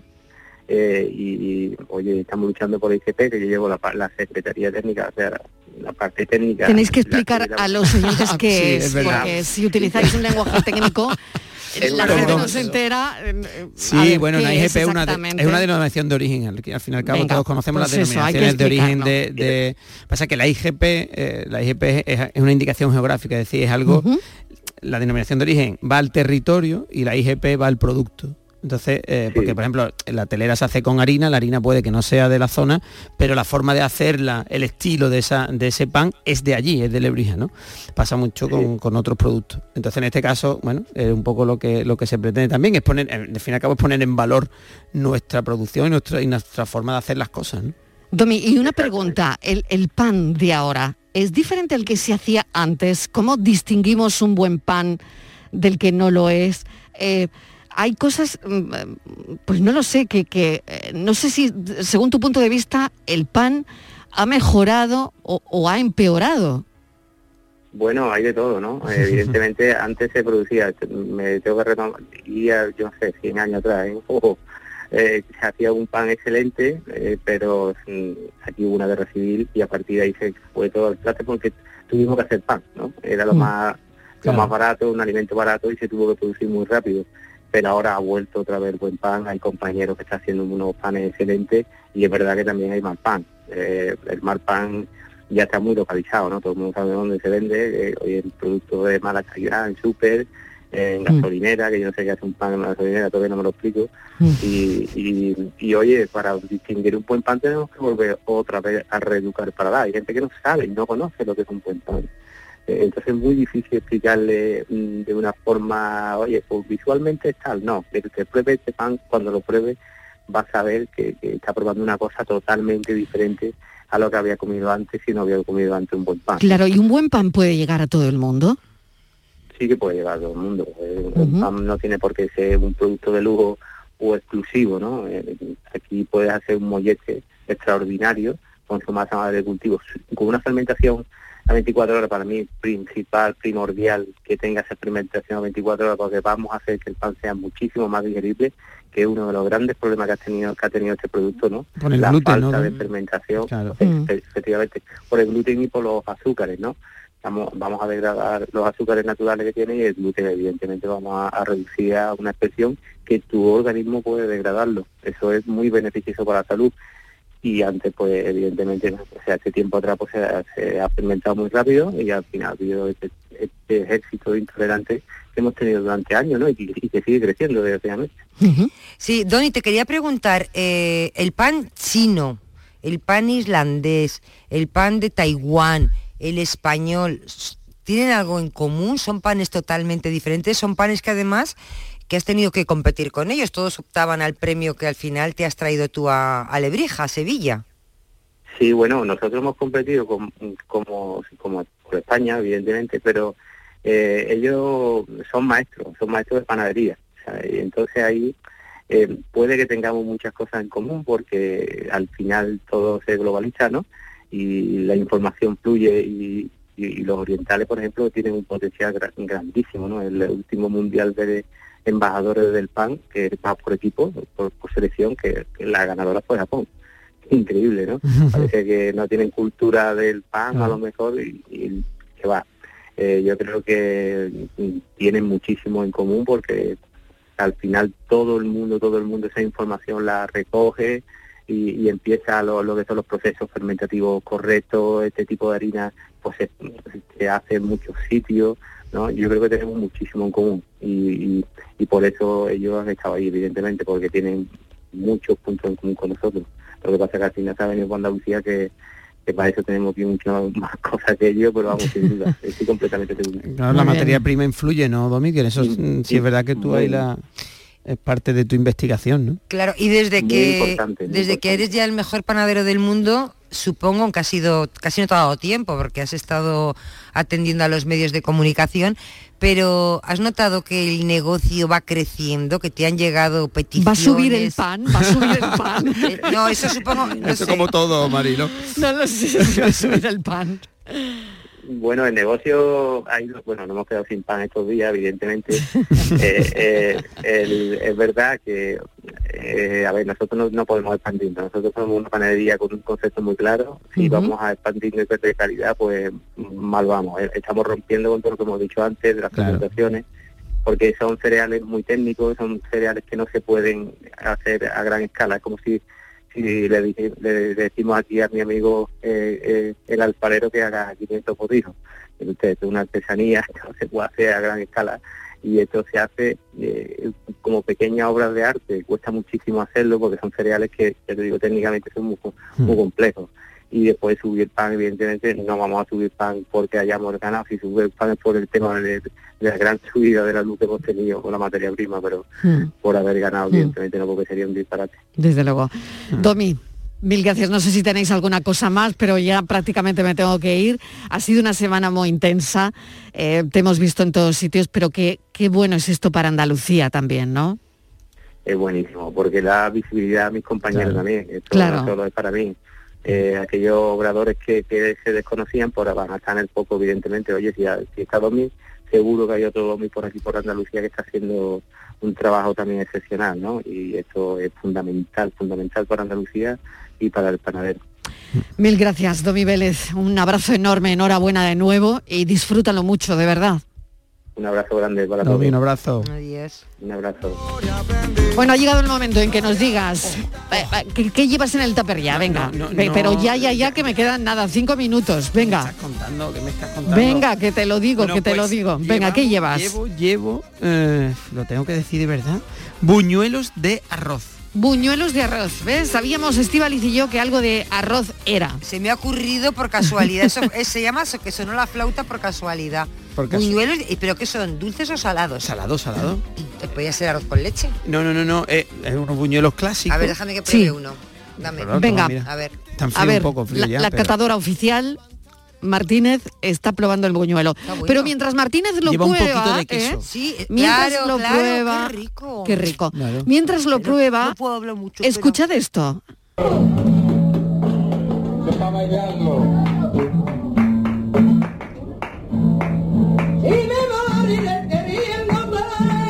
y oye, estamos luchando por el IGP, que yo llevo la Secretaría Técnica, o sea, la parte técnica. Tenéis que explicar a los oyentes qué es, porque si utilizáis un lenguaje técnico, la gente no se entera. Sí, bueno, una IGP es una denominación de origen. Al fin y al cabo todos conocemos las denominaciones de origen de... Pasa que la IGP es una indicación geográfica, es decir, es algo... La denominación de origen va al territorio y la IGP va al producto. Entonces, porque por ejemplo, la telera se hace con harina, la harina puede que no sea de la zona, pero la forma de hacerla, el estilo de ese pan es de allí, es de Lebrija, ¿no? Pasa mucho con otros productos. Entonces, en este caso, bueno, es un poco lo que se pretende también, es poner, al fin y al cabo, es poner en valor nuestra producción y nuestra forma de hacer las cosas, ¿no? Domi, y una pregunta, el pan de ahora, ¿es diferente al que se hacía antes? ¿Cómo distinguimos un buen pan del que no lo es? Hay cosas, pues no lo sé, que no sé si, según tu punto de vista, el pan ha mejorado o ha empeorado. Bueno, hay de todo, ¿no? Evidentemente, antes se producía, me tengo que retomar, yo no sé, 100 años atrás, se hacía un pan excelente, pero aquí hubo una guerra civil y a partir de ahí se fue todo al traste porque tuvimos que hacer pan, ¿no? Era lo más barato, un alimento barato y se tuvo que producir muy rápido. Pero ahora ha vuelto otra vez el buen pan, hay compañeros que están haciendo unos panes excelentes y es verdad que también hay mal pan. El mal pan ya está muy localizado, ¿no? Todo el mundo sabe dónde se vende, hoy el producto de mala calidad en súper, en gasolinera, que yo no sé qué hace un pan en una gasolinera, todavía no me lo explico. Y oye, para distinguir un buen pan tenemos que volver otra vez a reeducar para dar. Hay gente que no sabe y no conoce lo que es un buen pan. Entonces es muy difícil explicarle de una forma, oye, pues visualmente es tal. No, el que pruebe este pan, cuando lo pruebe, va a saber que está probando una cosa totalmente diferente a lo que había comido antes si no había comido antes un buen pan. Claro, ¿y un buen pan puede llegar a todo el mundo? Sí que puede llegar a todo el mundo. Un pan no tiene por qué ser un producto de lujo o exclusivo, ¿no? Aquí puedes hacer un mollete extraordinario con su masa madre de cultivo, con una fermentación a 24 horas. Para mí primordial que tenga esa fermentación a 24 horas, porque vamos a hacer que el pan sea muchísimo más digerible, que es uno de los grandes problemas que ha tenido este producto, ¿no? Por el la gluten, falta ¿no? de fermentación, claro. Efectivamente, por el gluten y por los azúcares, ¿no? Vamos a degradar los azúcares naturales que tiene y el gluten evidentemente vamos a reducir a una expresión que tu organismo puede degradarlo. Eso es muy beneficioso para la salud. Y antes, pues evidentemente, o sea, hace tiempo atrás pues, se ha fermentado muy rápido y al final ha habido este ejército de intolerantes que hemos tenido durante años, ¿no? Y que sigue creciendo desgraciadamente. Sí, Doni, te quería preguntar, el pan chino, el pan islandés, el pan de Taiwán, el español, ¿tienen algo en común? ¿Son panes totalmente diferentes? ¿Son panes que además que has tenido que competir con ellos? Todos optaban al premio que al final te has traído tú a Lebrija, a Sevilla. Sí, bueno, nosotros hemos competido como por España, evidentemente, pero ellos son maestros de panadería. O sea, y entonces ahí puede que tengamos muchas cosas en común porque al final todo se globaliza, ¿no? Y la información fluye y los orientales, por ejemplo, tienen un potencial grandísimo, ¿no? El último mundial de embajadores del pan, que va por equipo, por selección, que la ganadora fue Japón. Increíble, ¿no? Parece que no tienen cultura del pan a lo mejor y que va. Yo creo que tienen muchísimo en común porque al final todo el mundo esa información la recoge y empieza lo que son los procesos fermentativos correctos. Este tipo de harina pues se hace en muchos sitios, ¿no? Yo creo que tenemos muchísimo en común y por eso ellos han estado ahí, evidentemente, porque tienen muchos puntos en común con nosotros. Lo que pasa es que al final se ha venido con Andalucía que para eso tenemos que mucho más cosas que ellos, pero vamos, sin duda, estoy completamente seguro. Claro, la materia prima influye, ¿no, Domi? Que eso sí es verdad que tú ahí es parte de tu investigación, ¿no? Claro, y desde que eres ya el mejor panadero del mundo, supongo que casi no te ha dado tiempo, porque has estado atendiendo a los medios de comunicación, pero ¿has notado que el negocio va creciendo, que te han llegado peticiones? ¿Va a subir el pan? No, eso supongo... Eso como todo, Marilo. No sé si va a subir el pan. Bueno, el negocio ha ido, bueno, no hemos quedado sin pan estos días, evidentemente. Es verdad que, a ver, nosotros no podemos expandirnos. Nosotros somos una panadería con un concepto muy claro. Si vamos a expandirnos de calidad, pues mal vamos. Estamos rompiendo con todo lo que hemos dicho antes de las presentaciones, porque son cereales muy técnicos, son cereales que no se pueden hacer a gran escala. Es como si le decimos aquí a mi amigo el alfarero que haga 500 potijos. Entonces, es una artesanía que no se puede hacer a gran escala, y esto se hace como pequeñas obras de arte. Cuesta muchísimo hacerlo porque son cereales que, ya te digo, técnicamente son muy complejos. Y después subir pan, evidentemente, no vamos a subir pan porque hayamos ganado. Si subir pan es por el tema de la gran subida de la luz que hemos tenido con la materia prima, pero por haber ganado, evidentemente, no, porque sería un disparate. Desde luego. Domi, mil gracias. No sé si tenéis alguna cosa más, pero ya prácticamente me tengo que ir. Ha sido una semana muy intensa, te hemos visto en todos sitios, pero qué bueno es esto para Andalucía también, ¿no? Es buenísimo, porque da visibilidad a mis compañeros también. Esto no solo es para mí. Aquellos obradores que se desconocían, pues van a estar en el foco, evidentemente. Oye, si está Domi, seguro que hay otro Domi por aquí, por Andalucía, que está haciendo un trabajo también excepcional, ¿no? Y esto es fundamental para Andalucía y para el panadero. Mil gracias, Domi Vélez. Un abrazo enorme, enhorabuena de nuevo y disfrútalo mucho, de verdad. Un abrazo grande para todos. Un abrazo. Adiós. Un abrazo. Bueno, ha llegado el momento en que nos digas ¿qué llevas en el tupper ya? Venga, pero ya que me quedan 5 minutos. Venga. ¿Qué me estás contando? Venga, que te lo digo, lo digo. Venga, ¿qué llevas? Llevo, lo tengo que decir de verdad, buñuelos de arroz. Buñuelos de arroz, ¿ves? Sabíamos, Estíbaliz y yo, que algo de arroz era. Se me ha ocurrido por casualidad. Eso se llama eso, que sonó la flauta por casualidad. Buñuelos, ¿pero qué son? ¿Dulces o salados? Salado. ¿Podría ser arroz con leche? No, es unos buñuelos clásicos. A ver, déjame que pruebe uno. Dame. Venga, a ver. Están frío, un poco frío la catadora oficial, Martínez, está probando el buñuelo. Bueno. Pero mientras Martínez lo lleva prueba, un poquito de queso. Sí, mientras lo prueba, qué rico. Claro. Mientras lo prueba, no puedo hablar mucho, escuchad esto. Para bailarlo. Y me moriré queriéndote.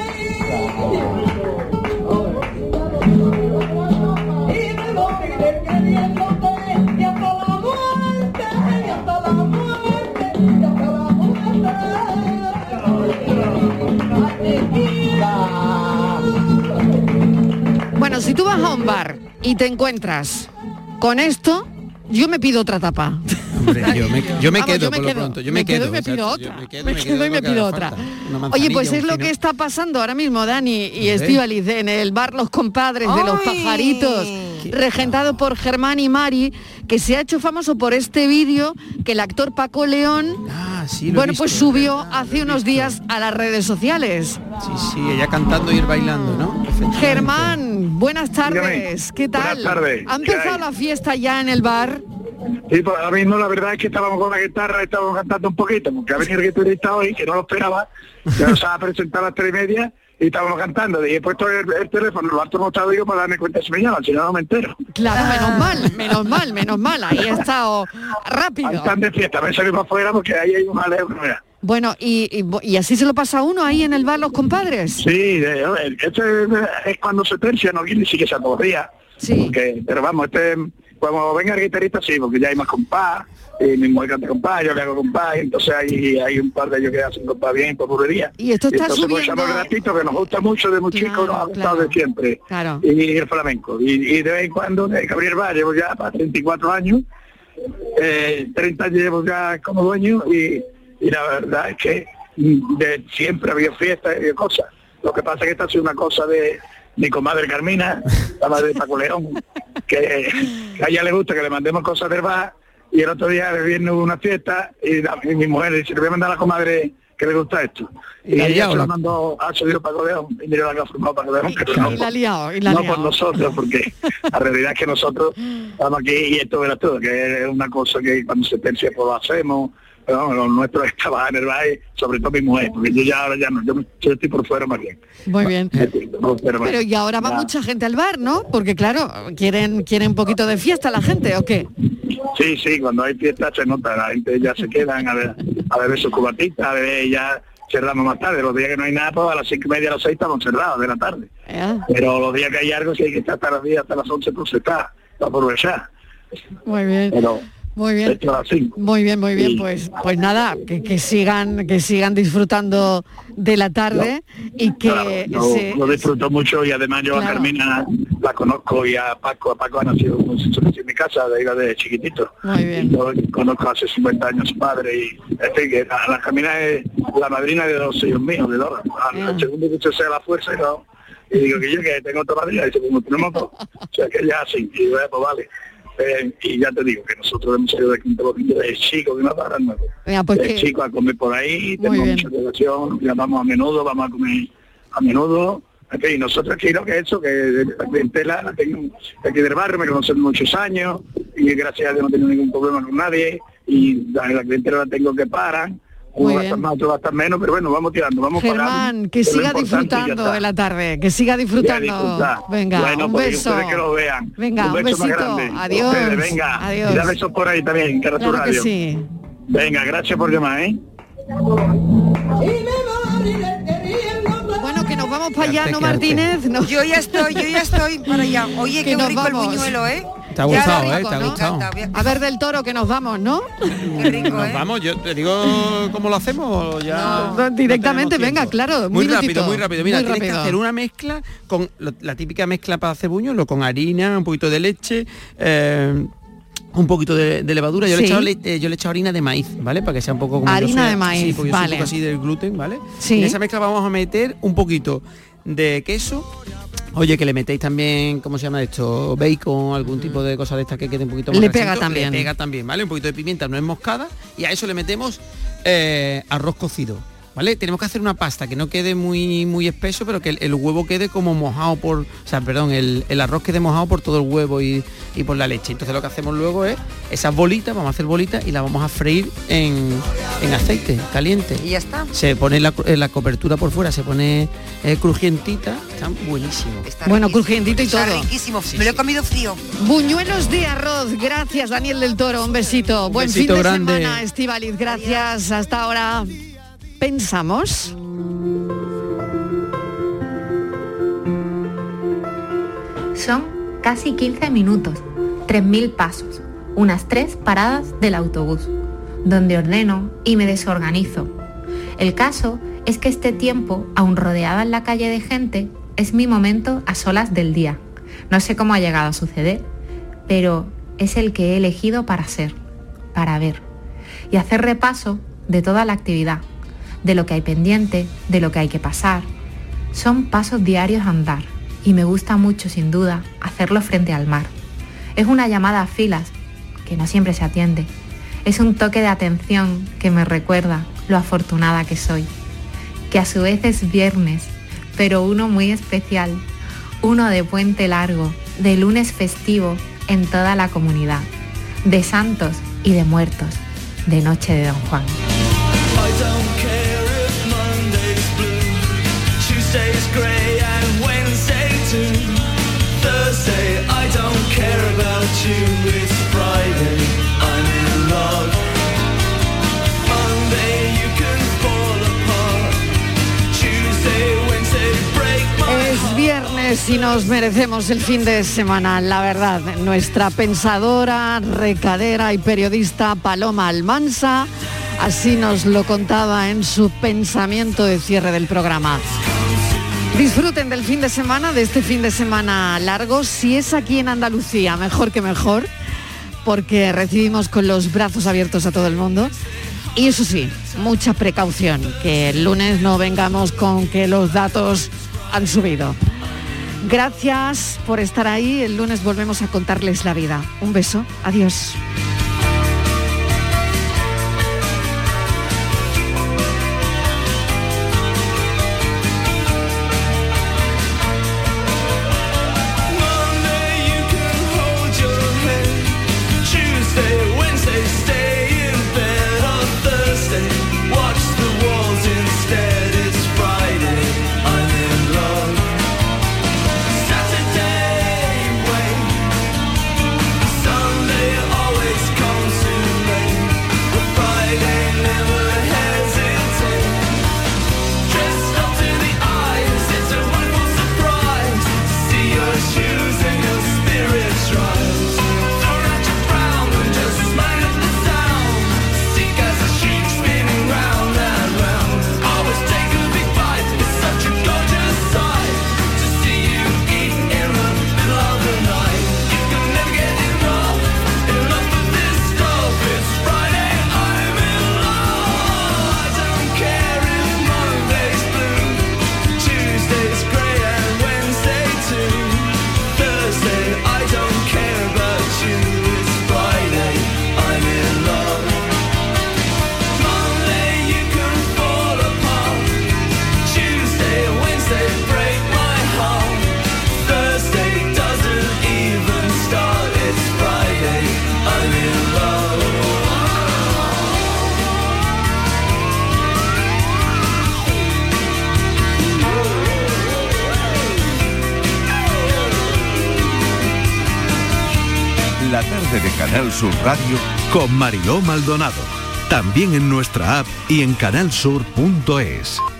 Y me moriré queriéndote. Y hasta la muerte, y hasta la muerte, y hasta la muerte. Bueno, si tú vas a un bar y te encuentras con esto, yo me pido otra tapa. Hombre, yo me quedo por lo pronto. Yo me quedo y me pido otra. Me quedo y me pido otra. Oye, pues es lo que está pasando ahora mismo, Dani y Estíbaliz, en el bar Los Compadres de los Pajaritos, regentado por Germán y Mari, que se ha hecho famoso por este vídeo que el actor Paco León, pues subió hace unos días a las redes sociales. Sí, ella cantando y él bailando, ¿no? Germán, buenas tardes. Dígame. ¿Qué tal? Buenas tardes. ¿Ha empezado la fiesta ya en el bar? Sí, pues ahora mismo la verdad es que estábamos con la guitarra, estábamos cantando un poquito, porque ha venido el guitarrista hoy, que no lo esperaba, ya nos ha presentado a las 3:30 y estábamos cantando. Y he puesto el teléfono, lo alto no estaba digo para darme cuenta si me llaman, si no me entero. Claro, menos mal, ahí he estado rápido. Están de fiesta, me salí para afuera porque ahí hay un jaleo. Bueno, y así se lo pasa a uno ahí en el bar Los Compadres. Sí, es cuando se tercia, no quiere decir que sea todos los días. Sí. Porque, pero vamos, cuando venga el guitarrista sí, porque ya hay más compás, y mi mujer canta compás, yo le hago compás, y entonces hay un par de ellos que hacen compás bien por burrería. Y esto está entonces, subiendo. Pues, el ratito que nos gusta mucho de muy chicos, nos ha gustado de siempre. Claro. Y el flamenco. Y de vez en cuando, Gabriel Valle, llevo ya para 34 años, 30 llevo ya como dueño, y la verdad es que siempre ha habido fiestas y cosas. Lo que pasa es que esta ha sido una cosa de mi comadre Carmina, la madre de Paco León, que a ella le gusta que le mandemos cosas del bar, y el otro día viene una fiesta y mi mujer le dice, le voy a mandar a la comadre que le gusta esto. Y ella se la mandó a su hijo Paco León, y mira la que ha formado Paco León, que no por nosotros, porque la realidad es que nosotros estamos aquí y esto verás todo, que es una cosa que cuando se tercia pues lo hacemos. Pero bueno, lo nuestro es trabajar en el bar, sobre todo mi mujer, porque yo ya ahora ya no, yo estoy por fuera más bien. Muy bien. Pero y ahora va mucha gente al bar, ¿no? Porque claro, quieren un poquito de fiesta la gente, ¿o qué? Sí, cuando hay fiestas se nota, la gente ya se quedan a beber sus cubatitas, a beber, ya cerramos más tarde. Los días que no hay nada, pues a las 5:30, a las 6 estamos cerrados de la tarde. Pero los días que hay algo, si hay que estar hasta las 10, hasta las 11, pues se está, para aprovechar. Muy bien. Pero, muy bien. Muy bien, pues nada, que sigan disfrutando de la tarde y que lo disfruto mucho, y además yo a Carmina la conozco, y a Paco ha nacido en mi casa, de de chiquitito. Muy bien. Y yo conozco hace 50 años a su padre, y que la Carmina es la madrina de 2 hijos míos, de Dora. Al segundo que sea la fuerza, y digo que yo que tengo otra madrina, y dice, como tenemos dos, o sea que ya así, y bueno, pues vale. Y ya te digo que nosotros hemos salido de Quinto de chicos que nos paran, de chicos a comer por ahí, tenemos mucha relación, ya vamos a menudo, vamos a comer a menudo. Y nosotros aquí lo que he hecho, que la clientela la tengo aquí del barrio, me conocen muchos años, y gracias a Dios no tengo ningún problema con nadie, y la clientela la tengo que paran. Uno va a estar más, otro va a estar menos, pero bueno, vamos tirando, vamos Germán, parando. que siga disfrutando de la tarde, que siga disfrutando. Venga, bueno, un pues beso. Ustedes que lo vean. Venga, un besito. Más grande. Adiós. Ustedes, venga, adiós. Y da besos por ahí también, que claro radio. Que sí. Venga, gracias por llamar, Bueno, que nos vamos para allá, ¿no, Martínez? No. Yo ya estoy para allá. Oye, qué rico el buñuelo, ¿eh? Te ha gustado, ¿eh? Te ha gustado. A ver, del Toro, que nos vamos, ¿no? Qué rico, nos vamos, yo te digo cómo lo hacemos ya. No, directamente, venga, claro. Muy rápido. Mira, muy tienes que hacer una mezcla con la típica mezcla para hacer buñuelo, con harina, un poquito de leche, un poquito de levadura. Yo le he echado harina de maíz, ¿vale? Para que sea un poco como harina de maíz, sí, porque yo soy un poco así del gluten, ¿vale? Sí. En esa mezcla vamos a meter un poquito de queso. Oye, que le metéis también, ¿cómo se llama esto? Bacon, algún tipo de cosa de esta que quede un poquito más le pega también. Le pega también, ¿vale? Un poquito de pimienta, no es moscada, y a eso le metemos arroz cocido, ¿vale? Tenemos que hacer una pasta que no quede muy espeso, pero que el huevo quede como mojado el arroz quede mojado por todo el huevo y por la leche. Entonces lo que hacemos luego es esas bolitas, vamos a hacer bolitas y las vamos a freír en aceite caliente. Y ya está. Se pone la cobertura por fuera, se pone crujientita, están buenísimos. Bueno, crujientito y todo. Está riquísimo, me lo he comido frío. Buñuelos de arroz, gracias Daniel del Toro, un besito. Buen besito fin de grande. semana, Estíbaliz, gracias. Hasta ahora. Pensamos. Son casi 15 minutos, 3.000 pasos, unas 3 paradas del autobús, donde ordeno y me desorganizo. El caso es que este tiempo, aun rodeada en la calle de gente, es mi momento a solas del día. No sé cómo ha llegado a suceder, pero es el que he elegido para ser, para ver y hacer repaso de toda la actividad, de lo que hay pendiente, de lo que hay que pasar. Son pasos diarios a andar y me gusta mucho, sin duda, hacerlo frente al mar. Es una llamada a filas que no siempre se atiende. Es un toque de atención que me recuerda lo afortunada que soy. Que a su vez es viernes, pero uno muy especial. Uno de puente largo, de lunes festivo en toda la comunidad. De santos y de muertos, de noche de Don Juan. Tuesday's grey and Wednesday too. Thursday, I don't care about you. It's Friday, I'm in love. Monday, you can fall apart. Tuesday, Wednesday, break my Es viernes y nos merecemos el fin de semana, la verdad. Nuestra pensadora, recadera y periodista Paloma Almansa así nos lo contaba en su pensamiento de cierre del programa. Disfruten del fin de semana, de este fin de semana largo. Si es aquí en Andalucía, mejor que mejor, porque recibimos con los brazos abiertos a todo el mundo. Y eso sí, mucha precaución, que el lunes no vengamos con que los datos han subido. Gracias por estar ahí. El lunes volvemos a contarles la vida. Un beso. Adiós. Saturday, wait. Sunday, always tarde de Canal Sur Radio con Mariló Maldonado. También en nuestra app y en canalsur.es.